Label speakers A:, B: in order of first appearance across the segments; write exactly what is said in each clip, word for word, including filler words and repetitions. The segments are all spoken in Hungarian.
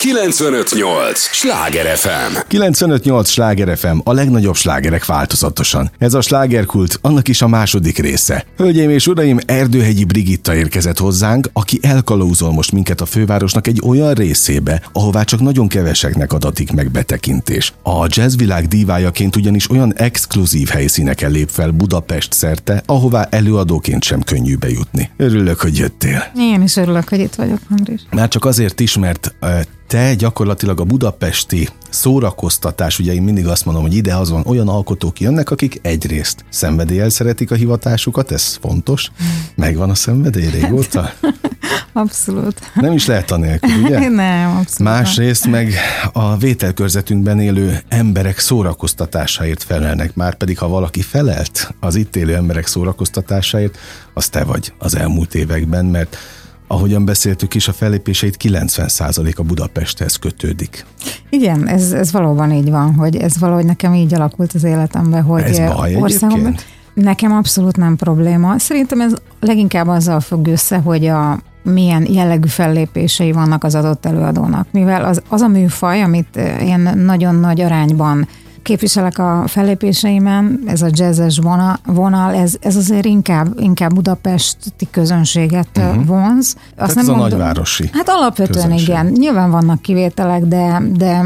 A: kilencvenöt nyolc Sláger ef em.
B: kilencvenöt nyolc Sláger ef em, a legnagyobb slágerek változatosan. Ez a slágerkult, annak is a második része. Hölgyeim és uraim, Erdőhegyi Brigitta érkezett hozzánk, aki elkalauzol most minket a fővárosnak egy olyan részébe, ahová csak nagyon keveseknek adatik meg betekintés. A jazzvilág dívájaként ugyanis olyan exkluzív helyszíneken lép fel Budapest szerte, ahová előadóként sem könnyű bejutni. Örülök, hogy jöttél.
C: Én is örülök, hogy itt vagyok, Andris.
B: Már csak azért is, mert te gyakorlatilag a budapesti szórakoztatás, ugye én mindig azt mondom, hogy ide azon olyan alkotók jönnek, akik egyrészt szenvedéllyel szeretik a hivatásukat, ez fontos. Megvan a szenvedély régóta?
C: Abszolút.
B: Nem is lehet anélkül, ugye?
C: Nem, abszolút.
B: Másrészt meg a vételkörzetünkben élő emberek szórakoztatásáért felelnek, már pedig ha valaki felelt az itt élő emberek szórakoztatásáért, az te vagy az elmúlt években, mert ahogyan beszéltük is, a fellépéseit kilencven százalék a Budapesthez kötődik.
C: Igen, ez, ez valóban így van, hogy ez valahogy nekem így alakult az életemben, hogy
B: ez baj
C: országban. Nekem abszolút nem probléma. Szerintem ez leginkább azzal függ össze, hogy a milyen jellegű fellépései vannak az adott előadónak. Mivel az, az a műfaj, amit én nagyon nagy arányban képviselek a fellépéseimen, ez a jazzes vonal, vonal ez, ez azért inkább, inkább budapesti közönséget uh-huh. vonz. Azt
B: Tehát
C: nem
B: ez
C: mondom,
B: a nagyvárosi
C: Hát alapvetően
B: közönség.
C: Igen. Nyilván vannak kivételek, de, de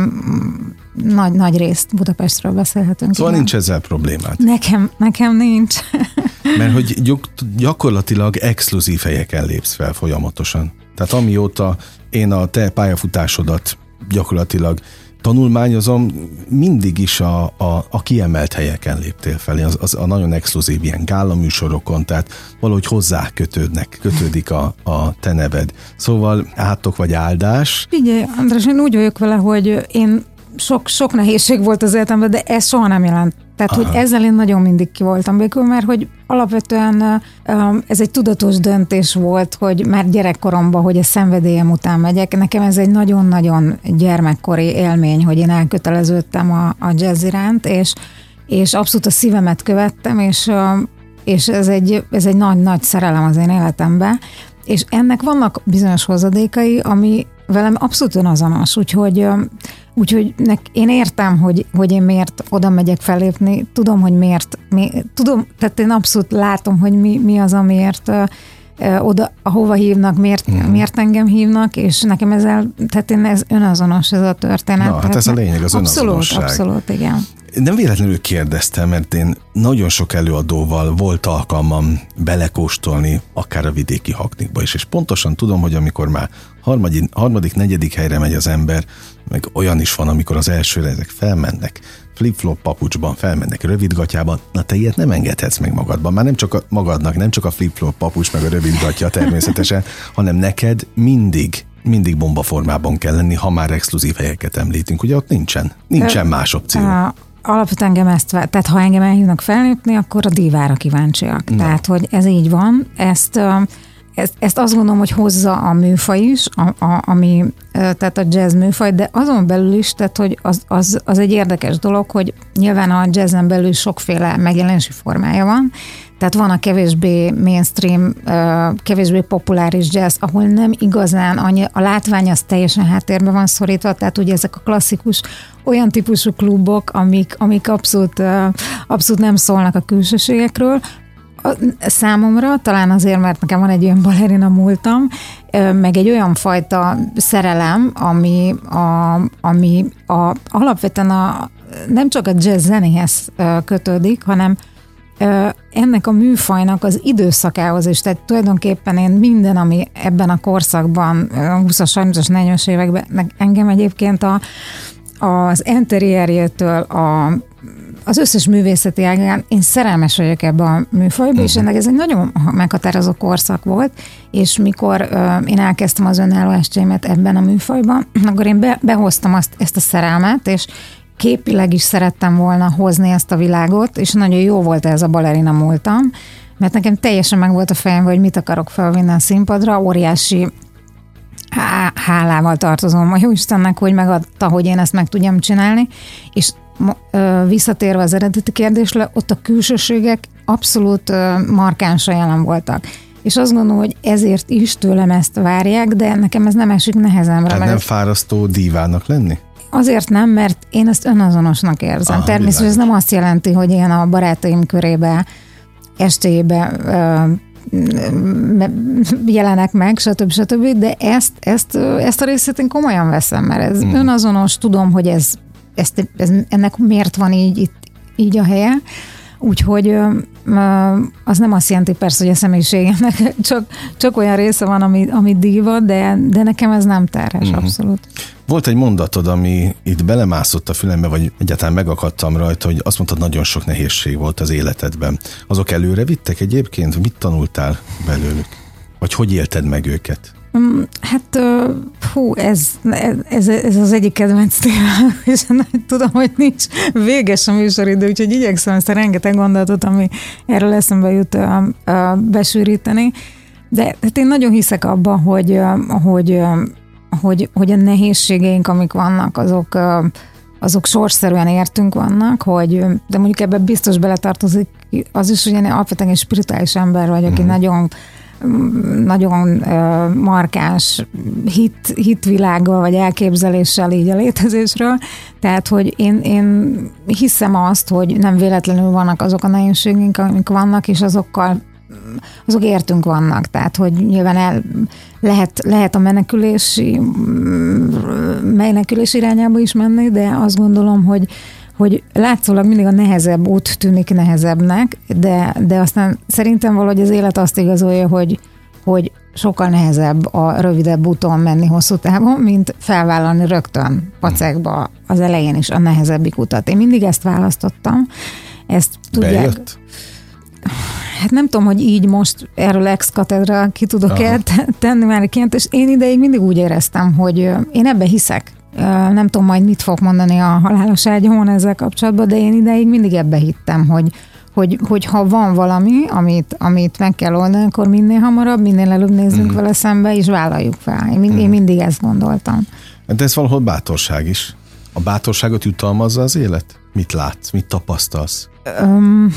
C: nagy, nagy részt Budapestről beszélhetünk.
B: Szóval
C: igen.
B: nincs ezzel problémád.
C: Nekem, nekem nincs.
B: Mert hogy gyakorlatilag exkluzív helyeken lépsz fel folyamatosan. Tehát amióta én a te pályafutásodat gyakorlatilag tanulmányozom, mindig is a, a, a kiemelt helyeken léptél fel, az, az a nagyon exkluzív ilyen gála műsorokon, tehát valahogy hozzá kötődnek, kötődik a, a te neved. Szóval átok vagy áldás.
C: Figyelj, András, én úgy vagyok vele, hogy én sok, sok nehézség volt az életemben, de ez soha nem jelent. Tehát, Aha. hogy ezzel én nagyon mindig ki voltam békül, mert hogy alapvetően ez egy tudatos döntés volt, hogy már gyerekkoromban, hogy a szenvedélyem után megyek. Nekem ez egy nagyon-nagyon gyermekkori élmény, hogy én elköteleződtem a, a jazz iránt, és, és abszolút a szívemet követtem, és, és ez egy, ez egy nagy-nagy szerelem az én életemben. És ennek vannak bizonyos hozadékai, ami velem abszolút önazonos, úgyhogy, úgyhogy nek, én értem, hogy, hogy én miért oda megyek fellépni, tudom, hogy miért, mi, tudom, tehát én abszolút látom, hogy mi, mi az, amiért ö, oda, ahova hívnak, miért, mm. miért engem hívnak, és nekem ezzel, tehát én ez önazonos ez a történet.
B: Na, hát ez a lényeg, az
C: abszolút,
B: önazonosság.
C: Abszolút, igen.
B: Nem véletlenül kérdeztem, mert én nagyon sok előadóval volt alkalmam belekóstolni, akár a vidéki haknikba is, és pontosan tudom, hogy amikor már harmadik, harmadik negyedik helyre megy az ember, meg olyan is van, amikor az elsőre ezek felmennek, flip-flop papucsban, felmennek rövidgatjában, na te ilyet nem engedhetsz meg magadban, már nem csak a magadnak, nem csak a flip-flop papucs, meg a rövidgatja természetesen, hanem neked mindig mindig bombaformában kell lenni, ha már exkluzív helyeket említünk. Ugye ott nincsen, nincsen más opció.
C: Alapvetően engem ezt, tehát ha engem elhívnak fellépni, akkor a dívára kíváncsiak. No. Tehát, hogy ez így van. Ezt, ezt, ezt azt gondolom, hogy hozza a műfaj is, a, a, ami, tehát a jazz műfaj, de azon belül is, tehát, hogy az, az, az egy érdekes dolog, hogy nyilván a jazzen belül sokféle megjelenési formája van. Tehát van a kevésbé mainstream, kevésbé populáris jazz, ahol nem igazán annyi, a látvány az teljesen háttérbe van szorítva, tehát ugye ezek a klasszikus olyan típusú klubok, amik, amik abszolút, abszolút nem szólnak a külsőségekről. Számomra, talán azért, mert nekem van egy olyan balerina múltam, meg egy olyan fajta szerelem, ami, a, ami a, alapvetően a, nem csak a jazz zenéhez kötődik, hanem ennek a műfajnak az időszakához is, tehát tulajdonképpen én minden, ami ebben a korszakban, húszas, harmincas, negyvenes években, engem egyébként a, az interierjétől a az összes művészeti ágán, én szerelmes vagyok ebbe a műfajba, uh-huh. és ennek ez egy nagyon meghatározó korszak volt, és mikor uh, én elkezdtem az önálló estéimet ebben a műfajban, akkor én be, behoztam azt, ezt a szerelmet, és képileg is szerettem volna hozni ezt a világot, és nagyon jó volt ez a balerina múltam, mert nekem teljesen meg volt a fejem, hogy mit akarok felvinni a színpadra, óriási há- hálával tartozom a Jóistennek, hogy megadta, hogy én ezt meg tudjam csinálni, és visszatérve az eredeti kérdésre, ott a külsőségek abszolút markánsan jelen voltak. és azt gondolom, hogy ezért is tőlem ezt várják, de nekem ez nem esik nehezemre.
B: Tehát nem fárasztó dívának lenni?
C: Azért nem, mert én ezt önazonosnak érzem. Aha, természetesen ez nem azt jelenti, hogy én a barátaim körébe estébe jelenek meg, stb. stb. De ezt, ezt, ezt a részét én komolyan veszem, mert ez mm. önazonos, tudom, hogy ez, ezt, ez, ennek miért van így, itt, így a helye. Úgyhogy az nem azt jelenti persze, hogy a személyiségemnek csak, csak olyan része van, ami, ami díva, de, de nekem ez nem terhes, mm. abszolút.
B: Volt egy mondatod, ami itt belemászott a fülembe, vagy egyáltalán megakadtam rajta, hogy azt mondtad, nagyon sok nehézség volt az életedben. Azok előre vittek egyébként? Mit tanultál belőlük? Vagy hogy élted meg őket?
C: Hát, hú, ez, ez, ez az egyik kedvenc témám, és tudom, hogy nincs véges a műsoridő, úgyhogy igyekszem ezt a rengeteg gondolatot, ami erről eszembe jut, besűríteni. De hát én nagyon hiszek abban, hogy, hogy, hogy, hogy a nehézségeink, amik vannak, azok, azok sorszerűen értünk vannak, hogy, de mondjuk ebben biztos beletartozik az is, hogy én alapvetően egy spirituális ember vagyok, aki mm. nagyon nagyon uh, markáns hit, hitvilággal vagy elképzeléssel így a létezésről. Tehát, hogy én, én hiszem azt, hogy nem véletlenül vannak azok a nehézségünk, amik vannak, és azokkal azok értünk vannak. Tehát, hogy nyilván el, lehet, lehet a menekülési menekülés irányába is menni, de azt gondolom, hogy hogy látszólag mindig a nehezebb út tűnik nehezebbnek, de, de aztán szerintem valahogy az élet azt igazolja, hogy, hogy sokkal nehezebb a rövidebb úton menni hosszú távon, mint felvállalni rögtön pacekba az elején is a nehezebbik utat. Én mindig ezt választottam. Ezt tudják.
B: Bejött?
C: Hát nem tudom, hogy így most erről ex-katedra ki tudok-e tenni már ként, és én ideig mindig úgy éreztem, hogy én ebbe hiszek. Nem tudom majd mit fog mondani a halálos ágyamon ezzel kapcsolatban, de én ideig mindig ebbe hittem, hogy, hogy, hogy ha van valami, amit, amit meg kell oldani, akkor minél hamarabb, minél előbb nézzünk mm. vele szembe, és vállaljuk fel. Én, mind, mm. én mindig ezt gondoltam.
B: De ez valahol bátorság is. A bátorságot jutalmazza az élet? Mit látsz? Mit tapasztalsz? Um,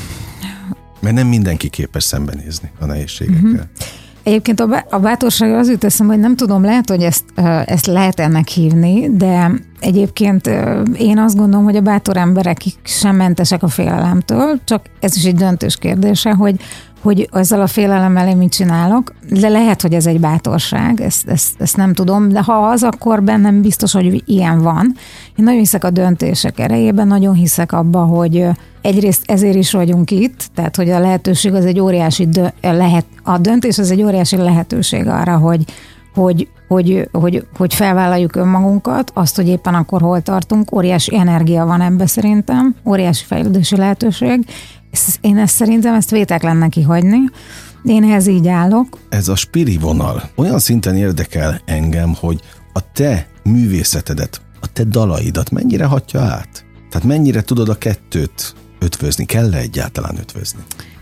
B: Mert nem mindenki képes szembenézni a nehézségekkel. Uh-huh.
C: Egyébként a bátorság az jut eszembe, hogy nem tudom, lehet, hogy ezt, ezt lehet ennek hívni, de egyébként én azt gondolom, hogy a bátor emberek sem mentesek a félelemtől, csak ez is egy döntős kérdése, hogy, hogy ezzel a félelemmel én mit csinálok, de lehet, hogy ez egy bátorság, ezt, ezt, ezt nem tudom, de ha az, akkor bennem biztos, hogy ilyen van. Én nagyon hiszek a döntések erejében, nagyon hiszek abba, hogy egyrészt ezért is vagyunk itt, tehát hogy a lehetőség az egy óriási, dö- lehet, a döntés az egy óriási lehetőség arra, hogy, hogy, hogy, hogy, hogy felvállaljuk önmagunkat, azt, hogy éppen akkor hol tartunk, óriási energia van ebbe szerintem, óriási fejlődési lehetőség. Én ezt szerintem ezt vétetlen kihagyni. Én ehhez így állok.
B: Ez a spiri vonal olyan szinten érdekel engem, hogy a te művészetedet, a te dalaidat mennyire hatja át? Tehát mennyire tudod a kettőt ötvözni? Kell-e egyáltalán ötvözni?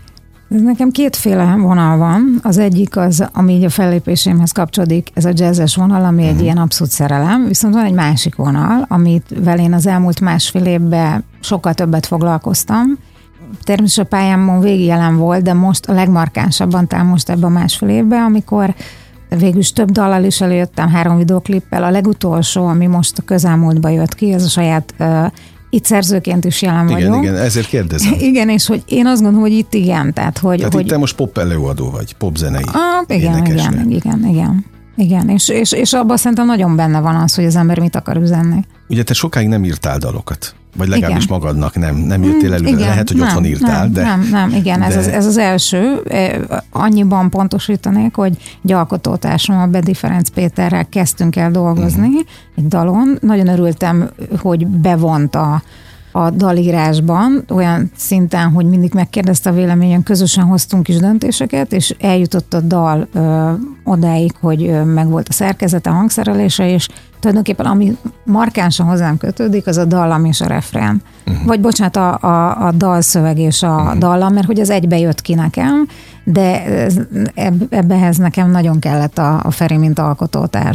C: Nekem kétféle vonal van. Az egyik az, ami így a fellépésémhez kapcsolódik, ez a jazzes vonal, ami uh-huh. egy ilyen abszolút szerelem, viszont van egy másik vonal, amit vel én az elmúlt másfél évben sokkal többet foglalkoztam. Természetesen a pályámon végig jelen volt, de most a legmarkánsabban talán most ebben a másfél évben, amikor végülis több dallal is előjöttem, három videoklippel. A legutolsó, ami most a közelmúltban jött ki, ez a saját uh, itt szerzőként is jelen
B: igen,
C: vagyok.
B: Igen, ezért kérdezem.
C: Igen, és hogy én azt gondolom, hogy itt igen. Tehát, hogy,
B: tehát
C: hogy...
B: itt te most pop előadó vagy, popzenei
C: ah, igen, igen, igen, igen. Igen, és, és, és abban szerintem nagyon benne van az, hogy az ember mit akar üzenni.
B: Ugye te sokáig nem írtál dalokat, vagy legalábbis igen. magadnak nem, nem jöttél előre.
C: Igen,
B: lehet, hogy
C: nem,
B: otthon írtál,
C: nem,
B: de...
C: Nem, nem, igen, de... ez, az, ez az első. Annyiban pontosítanék, hogy egy alkotótársam, a Bedi Ferenc Péterrel kezdtünk el dolgozni uh-huh. egy dalon. Nagyon örültem, hogy bevont a a dalírásban, olyan szinten, hogy mindig megkérdezte a véleményen, közösen hoztunk is döntéseket, és eljutott a dal ö, odáig, hogy ö, megvolt a szerkezete, a hangszerelése, és tulajdonképpen ami markánsan hozzám kötődik, az a dallam és a refrén. Uh-huh. Vagy bocsánat, a, a, a dalszöveg és a uh-huh. dallam, mert hogy az egybe jött ki nekem, de eb, ebbehez nekem nagyon kellett a, a Feri, mint alkotótárs.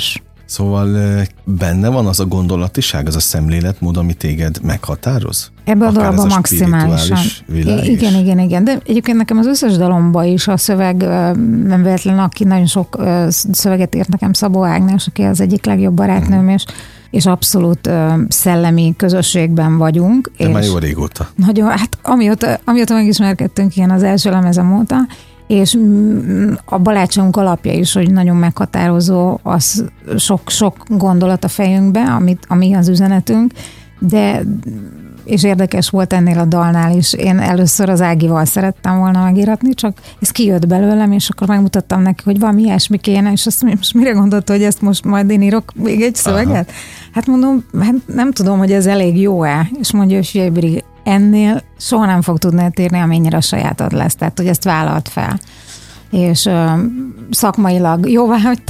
B: Szóval benne van az a gondolatiság, az a szemléletmód, ami téged meghatároz?
C: Ebben a dalban maximálisan. Igen, igen, igen. De egyébként nekem az összes dalomban is a szöveg, nem véletlen, aki nagyon sok szöveget írt nekem, Szabó Ágnes, aki az egyik legjobb barátnőm, mm. és, és abszolút szellemi közösségben vagyunk.
B: De
C: és
B: már jó régóta.
C: Nagyon, hát amióta, amióta megismerkedtünk ilyen az első lemezem óta, és a barátságunk alapja is, hogy nagyon meghatározó, az sok, sok gondolat a fejünkbe, amit, ami az üzenetünk, de és érdekes volt ennél a dalnál is. Én először az Ágival szerettem volna megíratni, csak ez kijött belőlem, és akkor megmutattam neki, hogy valami ilyesmi kéne, és azt most mire gondolta, hogy ezt most majd én írok még egy szöveget? Aha. Hát mondom, hát nem tudom, hogy ez elég jó-e, és mondja, hogy figyelj, Bri, ennél soha nem fog tudni írni, amennyire a sajátod lesz, tehát hogy ezt vállalt fel. És ö, szakmailag jóvá hagyta,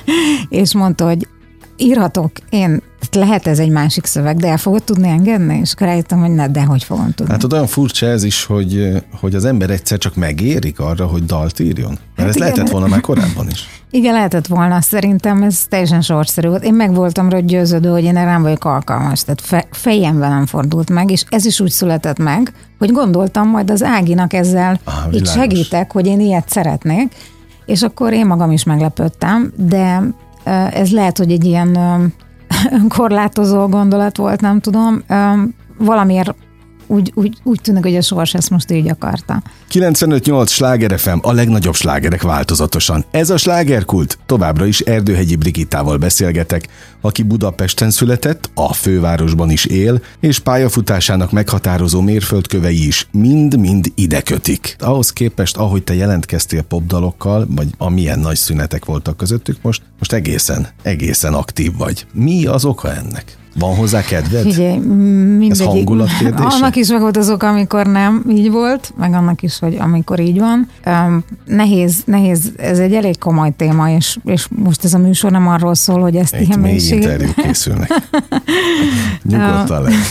C: és mondta, hogy írhatok én, lehet ez egy másik szöveg, de el fogod tudni engedni? És akkor rájöttem, hogy ne, de hogy fogom tudni.
B: Hát olyan furcsa ez is, hogy, hogy az ember egyszer csak megérik arra, hogy dalt írjon. Mert hát ez igen, lehetett volna már korábban is.
C: Igen, lehetett volna, szerintem ez teljesen sorszerű volt. Én meg voltam rá győződő, hogy én erre nem vagyok alkalmas, tehát fe, fejemben nem fordult meg, és ez is úgy született meg, hogy gondoltam, majd az Áginak ezzel ah, így segítek, hogy én ilyet szeretnék, és akkor én magam is meglepődtem, de ez lehet, hogy egy ilyen önkorlátozó gondolat volt, nem tudom. Valamiért úgy, úgy, úgy tűnik, hogy a sors ezt most így akarta.
B: kilencvenöt nyolc Sláger ef em, a legnagyobb slágerek változatosan. Ez a slágerkult. Továbbra is Erdőhegyi Brigittával beszélgetek, aki Budapesten született, a fővárosban is él, és pályafutásának meghatározó mérföldkövei is mind-mind ide kötik. Ahhoz képest, ahogy te jelentkeztél popdalokkal, vagy amilyen nagy szünetek voltak közöttük, most, most egészen, egészen aktív vagy. Mi az oka ennek? Van hozzá kedved?
C: Figyelj, mindegyik.
B: Ez hangulat kérdése?
C: Annak is meg volt az oka, amikor nem így volt, meg annak is, hogy amikor így van. Um, nehéz, nehéz, ez egy elég komoly téma, és, és most ez a műsor nem arról szól, hogy ezt ilyen
B: mélységét... Egy mély interjú készülnek. Nyugodtan lehet.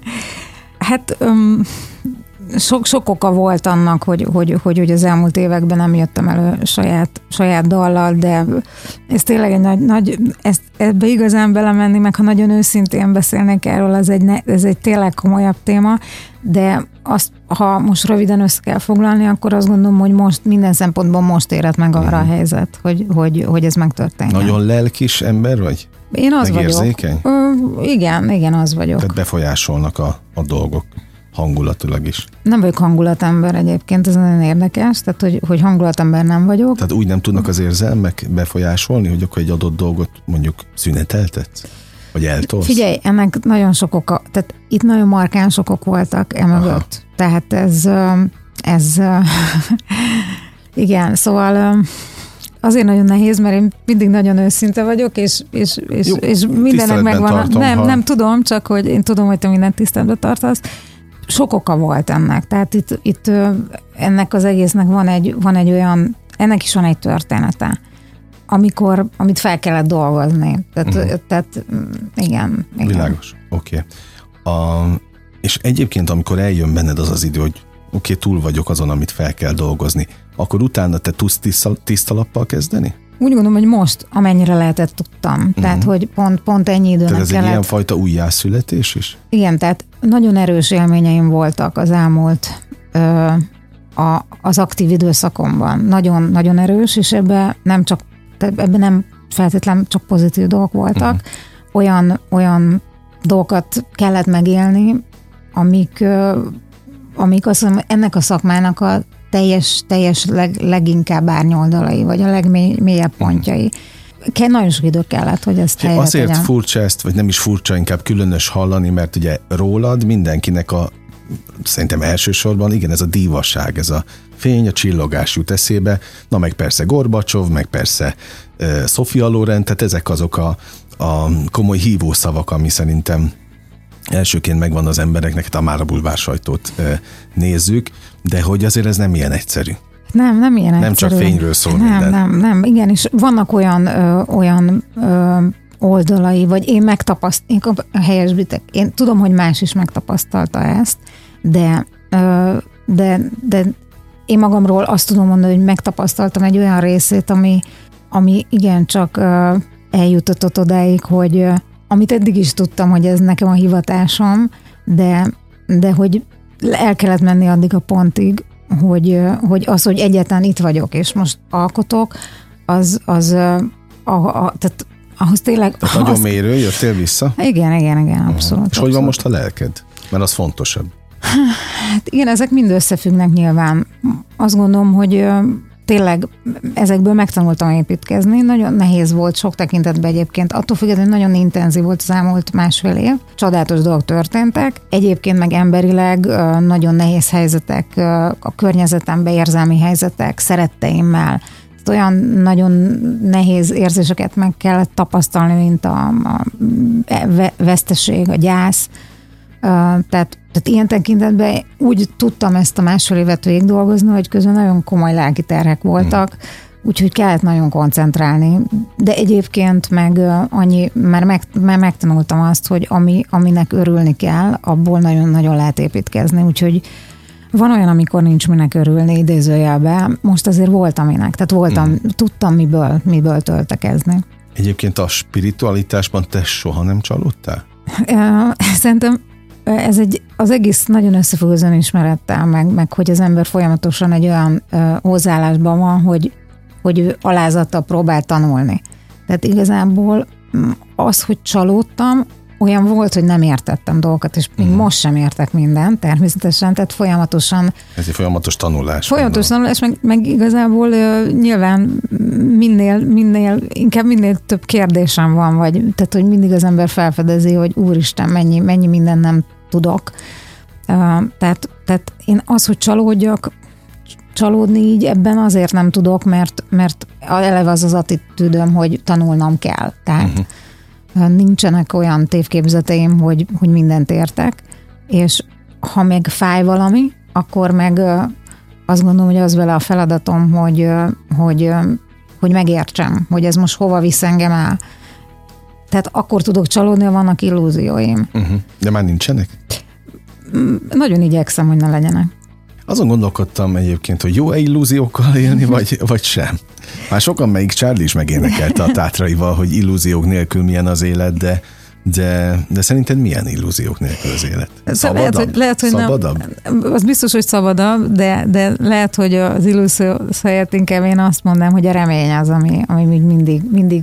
C: Hát... Um, Sok, sok oka volt annak, hogy, hogy, hogy, hogy az elmúlt években nem jöttem elő saját, saját dallal, de ez tényleg egy nagy, nagy ezt, ebbe igazán belemenni, meg ha nagyon őszintén beszélnék erről, az egy, ez egy tényleg komolyabb téma, de azt, ha most röviden össze kell foglalni, akkor azt gondolom, hogy most minden szempontból most érett meg arra a helyzet, hogy, hogy, hogy ez megtörténjen.
B: Nagyon lelkis ember vagy?
C: Én az
B: Megérzékeny?
C: vagyok. Ö, igen, igen, az vagyok.
B: Tehát befolyásolnak a, a dolgok. Hangulatilag is.
C: Nem vagyok hangulatember egyébként, ez nagyon érdekes, tehát hogy, hogy hangulatember nem vagyok.
B: Tehát úgy nem tudnak az érzelmek befolyásolni, hogy akkor egy adott dolgot mondjuk szüneteltetsz? Vagy eltolsz?
C: Figyelj, ennek nagyon sok oka, tehát itt nagyon markáns okok voltak emögött. Tehát ez, ez igen, szóval azért nagyon nehéz, mert én mindig nagyon őszinte vagyok, és, és, és, Jó, és mindennek megvan.
B: Tartom,
C: nem,
B: ha...
C: nem tudom, csak hogy én tudom, hogy te mindent tiszteletben tartasz. Sok oka volt ennek, tehát itt, itt ennek az egésznek van egy, van egy olyan, ennek is van egy története, amikor, amit fel kellett dolgozni. Tehát, uh-huh. tehát igen, igen.
B: Világos, oké. Okay. És egyébként, amikor eljön benned az az idő, hogy oké, okay, túl vagyok azon, amit fel kell dolgozni, akkor utána te tudsz tiszta, tiszta lappal kezdeni?
C: Úgy gondolom, hogy most, amennyire lehetett, tudtam. Uh-huh. Tehát, hogy pont, pont ennyi időnek
B: kellett. Tehát ez egy ilyenfajta újjászületés is?
C: Igen, tehát nagyon erős élményeim voltak az elmúlt ö, a, az aktív időszakomban. Nagyon, nagyon erős, és ebben nem csak, ebben nem feltétlenül csak pozitív dolgok voltak. Uh-huh. Olyan, olyan dolgokat kellett megélni, amik, ö, amik azt mondom, ennek a szakmának a teljes, teljes leg, leginkább árnyoldalai, vagy a legmélyebb pontjai. Ke, nagyon sok idő kellett, hogy ezt helyre
B: Azért
C: tegyen.
B: Furcsa ezt, vagy nem is furcsa, inkább különös hallani, mert ugye rólad mindenkinek a, szerintem elsősorban, igen, ez a dívaság, ez a fény, a csillogás jut eszébe, na meg persze Gorbacsov, meg persze uh, Sofia Loren, tehát ezek azok a, a komoly hívószavak, ami szerintem elsőként megvan az embereknek, a Mára bulvár sajtót uh, nézzük, de hogy azért ez nem ilyen egyszerű.
C: Nem, nem ilyen
B: nem
C: egyszerű.
B: Nem csak fényről szól
C: nem,
B: minden.
C: Nem, nem, igen, és vannak olyan, ö, olyan ö, oldalai, vagy én megtapasztaltam, helyesbitek, én tudom, hogy más is megtapasztalta ezt, de, ö, de, de én magamról azt tudom mondani, hogy megtapasztaltam egy olyan részét, ami, ami igencsak ö, eljutatott odáig, hogy amit eddig is tudtam, hogy ez nekem a hivatásom, de, de hogy el kellett menni addig a pontig, hogy, hogy az, hogy egyáltalán itt vagyok, és most alkotok, az, az a, a, tehát ahhoz tényleg...
B: Tehát nagyon mélyről jöttél vissza?
C: Igen, igen, igen, abszolút.
B: És hogy van most a lelked? Mert az fontosabb.
C: Hát igen, ezek mind összefüggnek nyilván. Azt gondolom, hogy tényleg ezekből megtanultam építkezni. Nagyon nehéz volt sok tekintetben egyébként. Attól függetlenül nagyon intenzív volt az elmúlt másfél év. Csodálatos dolgok történtek. Egyébként meg emberileg nagyon nehéz helyzetek, a környezetemben érzelmi helyzetek, szeretteimmel. Olyan nagyon nehéz érzéseket meg kellett tapasztalni, mint a, a veszteség, a gyász. Tehát, tehát ilyen tekintetben úgy tudtam ezt a másfél évet végig dolgozni, hogy közben nagyon komoly lelki terhek voltak, úgyhogy kellett nagyon koncentrálni. De egyébként meg annyi, mert, meg, mert megtanultam azt, hogy ami, aminek örülni kell, abból nagyon-nagyon lehet építkezni, úgyhogy van olyan, amikor nincs minek örülni, idézőjelben. Most azért volt aminek, tehát voltam, mm. tudtam miből, miből töltekezni.
B: Egyébként a spiritualitásban te soha nem csalódtál?
C: Szerintem ez egy, az egész nagyon összefügg az önismerettel, meg, meg hogy az ember folyamatosan egy olyan uh, hozzáállásban van, hogy, hogy ő alázattal próbál tanulni. Tehát igazából az, hogy csalódtam, olyan volt, hogy nem értettem dolgokat, és még mm. most sem értek mindent, természetesen, tehát folyamatosan...
B: Ez egy folyamatos tanulás.
C: Folyamatos tanulás, meg, meg igazából uh, nyilván minél, minél, inkább minél több kérdésem van, vagy tehát, hogy mindig az ember felfedezi, hogy úristen, mennyi, mennyi minden nem tudok. Uh, tehát, tehát én az, hogy csalódjak, csalódni így ebben azért nem tudok, mert, mert eleve az az attitűdöm, hogy tanulnom kell. Tehát uh-huh. nincsenek olyan tévképzeteim, hogy, hogy mindent értek, és ha meg fáj valami, akkor meg azt gondolom, hogy az vele a feladatom, hogy, hogy, hogy megértsem, hogy ez most hova visz engem el. Tehát akkor tudok csalódni, ha vannak illúzióim.
B: Uh-huh. De már nincsenek?
C: Nagyon igyekszem, hogy ne legyenek.
B: Azon gondolkodtam egyébként, hogy jó-e illúziókkal élni, vagy, vagy sem. Már sokan, melyik Charlie is megénekelte a Tátraival, hogy illúziók nélkül milyen az élet, de, de, de szerinted milyen illúziók nélkül az élet? Szabadabb?
C: Lehet, hogy, lehet, hogy szabadabb? Nem, az biztos, hogy szabadabb, de, de lehet, hogy az illúzió helyett inkább én azt mondanám, hogy a remény az, ami, ami még mindig, mindig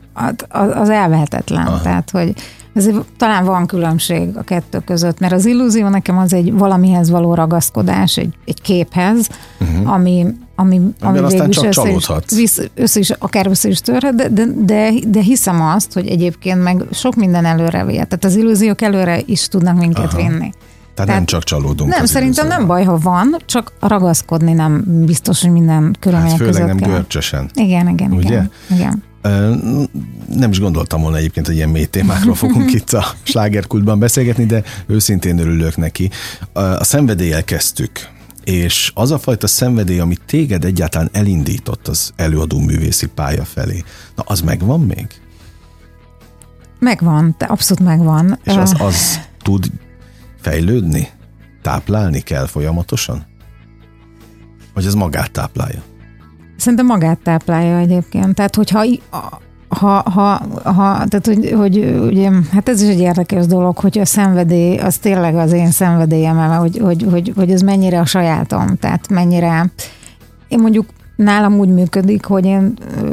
C: az elvehetetlen. Aha. Tehát, hogy ezért talán van különbség a kettő között, mert az illúzió nekem az egy valamihez való ragaszkodás, egy, egy képhez, uh-huh. ami, ami, ami
B: aztán csak csalódhatsz.
C: Össze, össze is, akár össze is törhet, de, de, de, de hiszem azt, hogy egyébként meg sok minden előre vihet. Tehát az illúziók előre is tudnak minket Aha. vinni.
B: Tehát,
C: Tehát
B: nem csak csalódunk.
C: Nem, szerintem nem baj, ha van, csak ragaszkodni nem biztos, hogy minden körülmények
B: hát
C: között
B: nem
C: kell.
B: görcsösen.
C: Igen, igen,
B: ugye?
C: igen. igen.
B: Nem is gondoltam volna egyébként, hogy ilyen mély témákról fogunk itt a slágerkultban beszélgetni, de őszintén örülök neki. A szenvedéllyel kezdtük, és az a fajta szenvedély, ami téged egyáltalán elindított az előadó művészi pálya felé, na az megvan még?
C: Megvan, de abszolút megvan.
B: És az, az tud fejlődni? Táplálni kell folyamatosan? Vagy ez magát táplálja?
C: Szerintem magát táplálja egyébként. Tehát, hogyha ha, ha, ha, tehát, hogy, hogy ugye, hát ez is egy érdekes dolog, hogy a szenvedély, az tényleg az én szenvedélyem, hogy, hogy, hogy, hogy ez mennyire a sajátom, tehát mennyire, én mondjuk nálam úgy működik, hogy én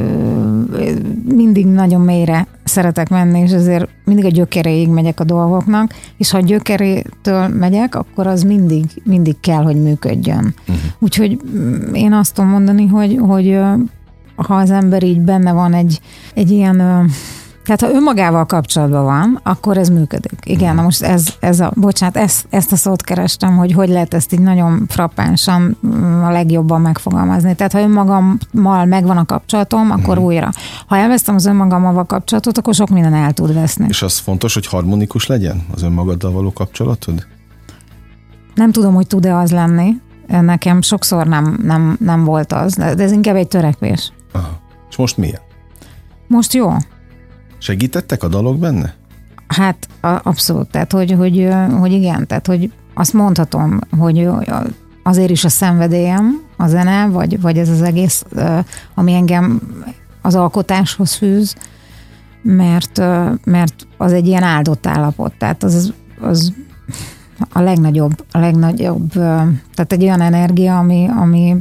C: mindig nagyon mélyre szeretek menni, és ezért mindig a gyökeréig megyek a dolgoknak, és ha a gyökerétől megyek, akkor az mindig, mindig kell, hogy működjön. Uh-huh. Úgyhogy én azt tudom mondani, hogy, hogy ha az ember így benne van egy, egy ilyen, tehát ha önmagával kapcsolatban van, akkor ez működik. Igen, uh-huh. na most ez, ez a, bocsánat, ezt, ezt a szót kerestem, hogy hogy lehet ezt így nagyon frappánsan a legjobban megfogalmazni. Tehát ha önmagammal megvan a kapcsolatom, akkor uh-huh. újra. Ha elvesztem az önmagammal a kapcsolatot, akkor sok minden el tud veszni. És
B: az fontos, hogy harmonikus legyen az önmagaddal való kapcsolatod?
C: Nem tudom, hogy tud-e az lenni. Nekem sokszor nem, nem, nem volt az, de ez inkább egy törekvés.
B: Aha. És most milyen?
C: Most jó.
B: Segítettek a dalok benne?
C: Hát abszolút, tehát hogy, hogy, hogy igen, tehát hogy azt mondhatom, hogy azért is a szenvedélyem, a zene, vagy, vagy ez az egész, ami engem az alkotáshoz fűz, mert, mert az egy ilyen áldott állapot, tehát az, az a legnagyobb, a legnagyobb, tehát egy olyan energia, ami, ami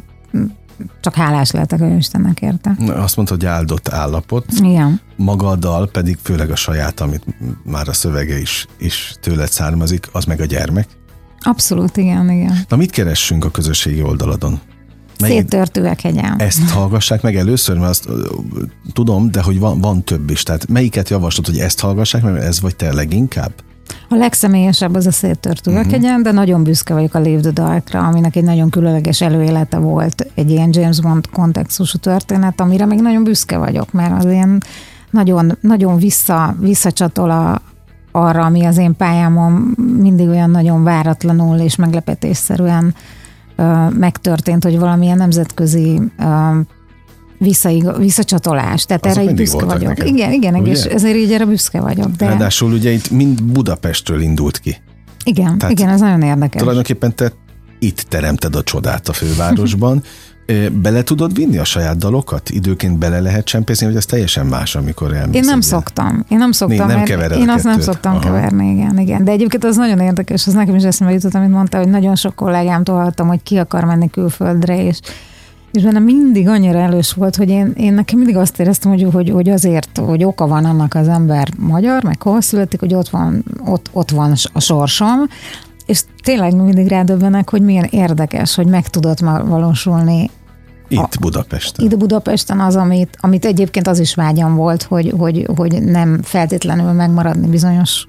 C: csak hálás lehetek a Istennek érte.
B: Azt mondta, hogy áldott állapot.
C: Igen.
B: Maga a dal pedig főleg a saját, amit már a szövege is, is tőled származik, az meg a gyermek.
C: Abszolút, igen, igen.
B: Na mit keressünk a közösségi oldaladon?
C: Széttört üveghegyen.
B: Ezt hallgassák meg először, mert azt tudom, de hogy van, van több is. Tehát melyiket javaslod, hogy ezt hallgassák meg, ez vagy te leginkább?
C: A legszemélyesebb az a Széttört üveghegyen, uh-huh. de nagyon büszke vagyok a Live the Darkra, aminek egy nagyon különleges előélete volt, egy ilyen James Bond kontextusú történet, amire még nagyon büszke vagyok, mert az ilyen nagyon, nagyon vissza, visszacsatol a, arra, ami az én pályámon mindig olyan nagyon váratlanul és meglepetésszerűen uh, megtörtént, hogy valamilyen nemzetközi uh, Visszaig, visszacsatolás, tehát azok erre így büszke vagyok. Neked. Igen, igen, ugye? És ezért így erre büszke vagyok. De...
B: Ráadásul ugye itt mind Budapestről indult ki.
C: Igen, tehát igen, ez nagyon érdekes.
B: Tulajdonképpen te itt teremted a csodát a fővárosban. Bele tudod vinni a saját dalokat? Időként bele lehet csempészni, hogy ez teljesen más, amikor elmész.
C: Én nem szoktam. Én nem szoktam,
B: nem
C: mert én azt nem szoktam Aha. keverni, igen, igen. De egyébként az nagyon érdekes, az nekem is eszembe jutott, amit mondta, hogy nagyon sok kollégámtól hallottam, hogy ki akar menni külföldre, és és bennem mindig annyira elős volt, hogy én, én nekem mindig azt éreztem, hogy, hogy, hogy azért, hogy oka van annak az ember magyar, meg hol születik, hogy ott van, ott, ott van a sorsom, és tényleg mindig rádöbbenek, hogy milyen érdekes, hogy meg tudott valósulni
B: itt a, Budapesten.
C: Itt Budapesten az, amit, amit egyébként az is vágyam volt, hogy, hogy, hogy nem feltétlenül megmaradni bizonyos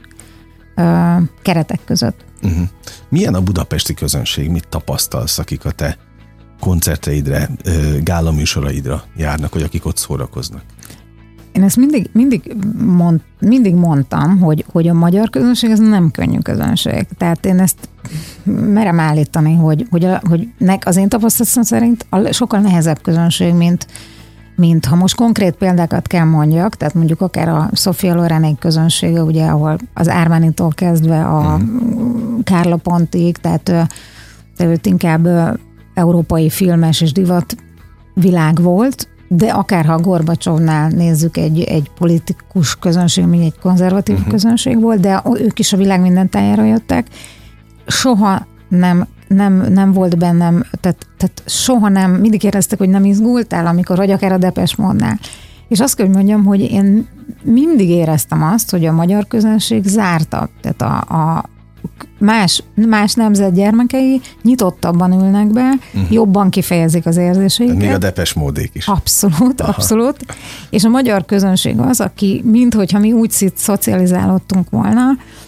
C: ö, keretek között.
B: Uh-huh. Milyen a budapesti közönség? Mit tapasztalsz, akik a te koncerteidre, gálaműsoraidra járnak, vagy akik ott szórakoznak?
C: Én ezt mindig, mindig, mond, mindig mondtam, hogy, hogy a magyar közönség ez nem könnyű közönség. Tehát én ezt merem állítani, hogy, hogy, a, hogy nek, az én tapasztalatom szerint a sokkal nehezebb közönség, mint, mint ha most konkrét példákat kell mondjak, tehát mondjuk akár a Sofia Lorenék közönsége, ugye, ahol az Armanitól kezdve a mm. Carlo Pontig, tehát őt inkább európai filmes és divat világ volt, de akár ha a Gorbacsovnál nézzük, egy, egy politikus közönség, mint egy konzervatív uh-huh. közönség volt, de ők is a világ minden tájára jöttek. Soha nem, nem, nem volt bennem, tehát, tehát soha nem, mindig éreztek, hogy nem izgultál, amikor vagy akár a Depeche Mode-nál. És azt kell, hogy mondjam, hogy én mindig éreztem azt, hogy a magyar közönség zártabb, tehát a, a Más, más nemzet gyermekei nyitottabban ülnek be, uh-huh. jobban kifejezik az érzéseiket.
B: Még a Depeche Mode-ék is.
C: Abszolút, Aha. abszolút. És a magyar közönség az, aki minthogyha mi úgy szocializálódtunk volna,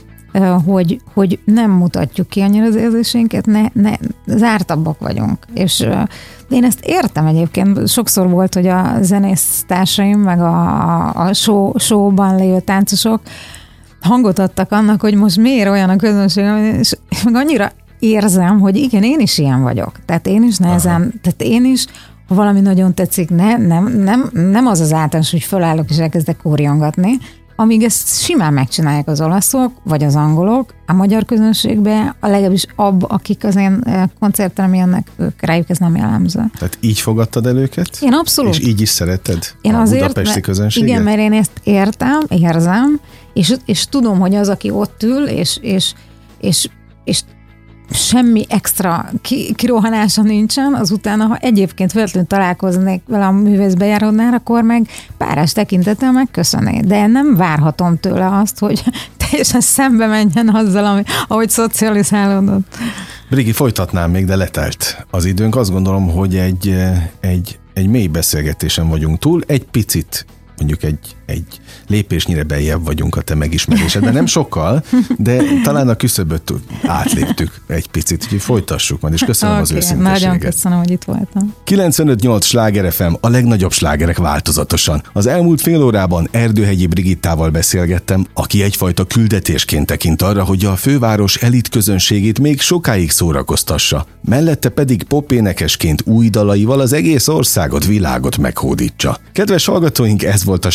C: hogy, hogy nem mutatjuk ki annyira az érzéseinket, ne, ne, zártabbak vagyunk. És én ezt értem egyébként. Sokszor volt, hogy a zenésztársaim, meg a, a, a show, showban lévő táncosok hangot adtak annak, hogy most miért olyan a közönség, és meg annyira érzem, hogy igen, én is ilyen vagyok. Tehát én is nehezen, Aha. tehát én is, ha valami nagyon tetszik, ne, nem, nem, nem az az általános, hogy fölállok és elkezdek kórjongatni, amíg ezt simán megcsinálják az olaszok, vagy az angolok, a magyar közönségben, a legalábbis ab, akik az én koncerten jönnek, ők rájuk ez nem jellemző.
B: Tehát így fogadtad el őket?
C: Én abszolút.
B: És így is szereted
C: én
B: a
C: azért,
B: budapesti közönséget?
C: Igen, mert én ezt értem, érzem, és, és tudom, hogy az, aki ott ül, és, és, és, és semmi extra ki, kirohanása nincsen, azután, ha egyébként véletlenül találkoznék vele a művészbejáródnál, akkor meg párás tekintettel megköszönné. De nem várhatom tőle azt, hogy teljesen szembe menjen azzal, ami, ahogy szocializálódott.
B: Brigi, folytatnám még, de letelt az időnk. Azt gondolom, hogy egy, egy, egy mély beszélgetésen vagyunk túl, egy picit mondjuk egy, egy lépésnyire beljebb vagyunk a te megismerésed, de nem sokkal, de talán a küszöböt átléptük egy picit, úgyhogy folytassuk majd, és köszönöm okay, az őszintességet.
C: Nagyon köszönöm, hogy itt voltam.
B: kilencvenöt nyolc Sláger ef em, a legnagyobb slágerek változatosan. Az elmúlt fél órában Erdőhegyi Brigittával beszélgettem, aki egyfajta küldetésként tekint arra, hogy a főváros elit közönségét még sokáig szórakoztassa, mellette pedig popénekesként új dalaival az egész országot, világot meghódítsa. Kedves hallgatóink, ez volt a Sláger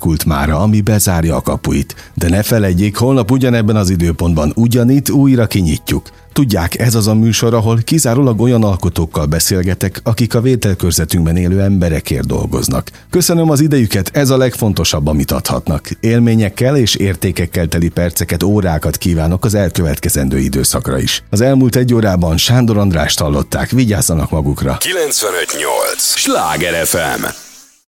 B: alakult mára, ami bezárja a kapuit. De ne feledjék, holnap ugyanebben az időpontban ugyanitt újra kinyitjuk. Tudják, ez az a műsor, ahol kizárólag olyan alkotókkal beszélgetek, akik a vételkörzetünkben élő emberekért dolgoznak. Köszönöm az idejüket, ez a legfontosabb, amit adhatnak. Élményekkel és értékekkel teli perceket, órákat kívánok az elkövetkezendő időszakra is. Az elmúlt egy órában Sándor Andrást hallották, vigyázzanak magukra.
A: kilencvenöt nyolc Sláger ef em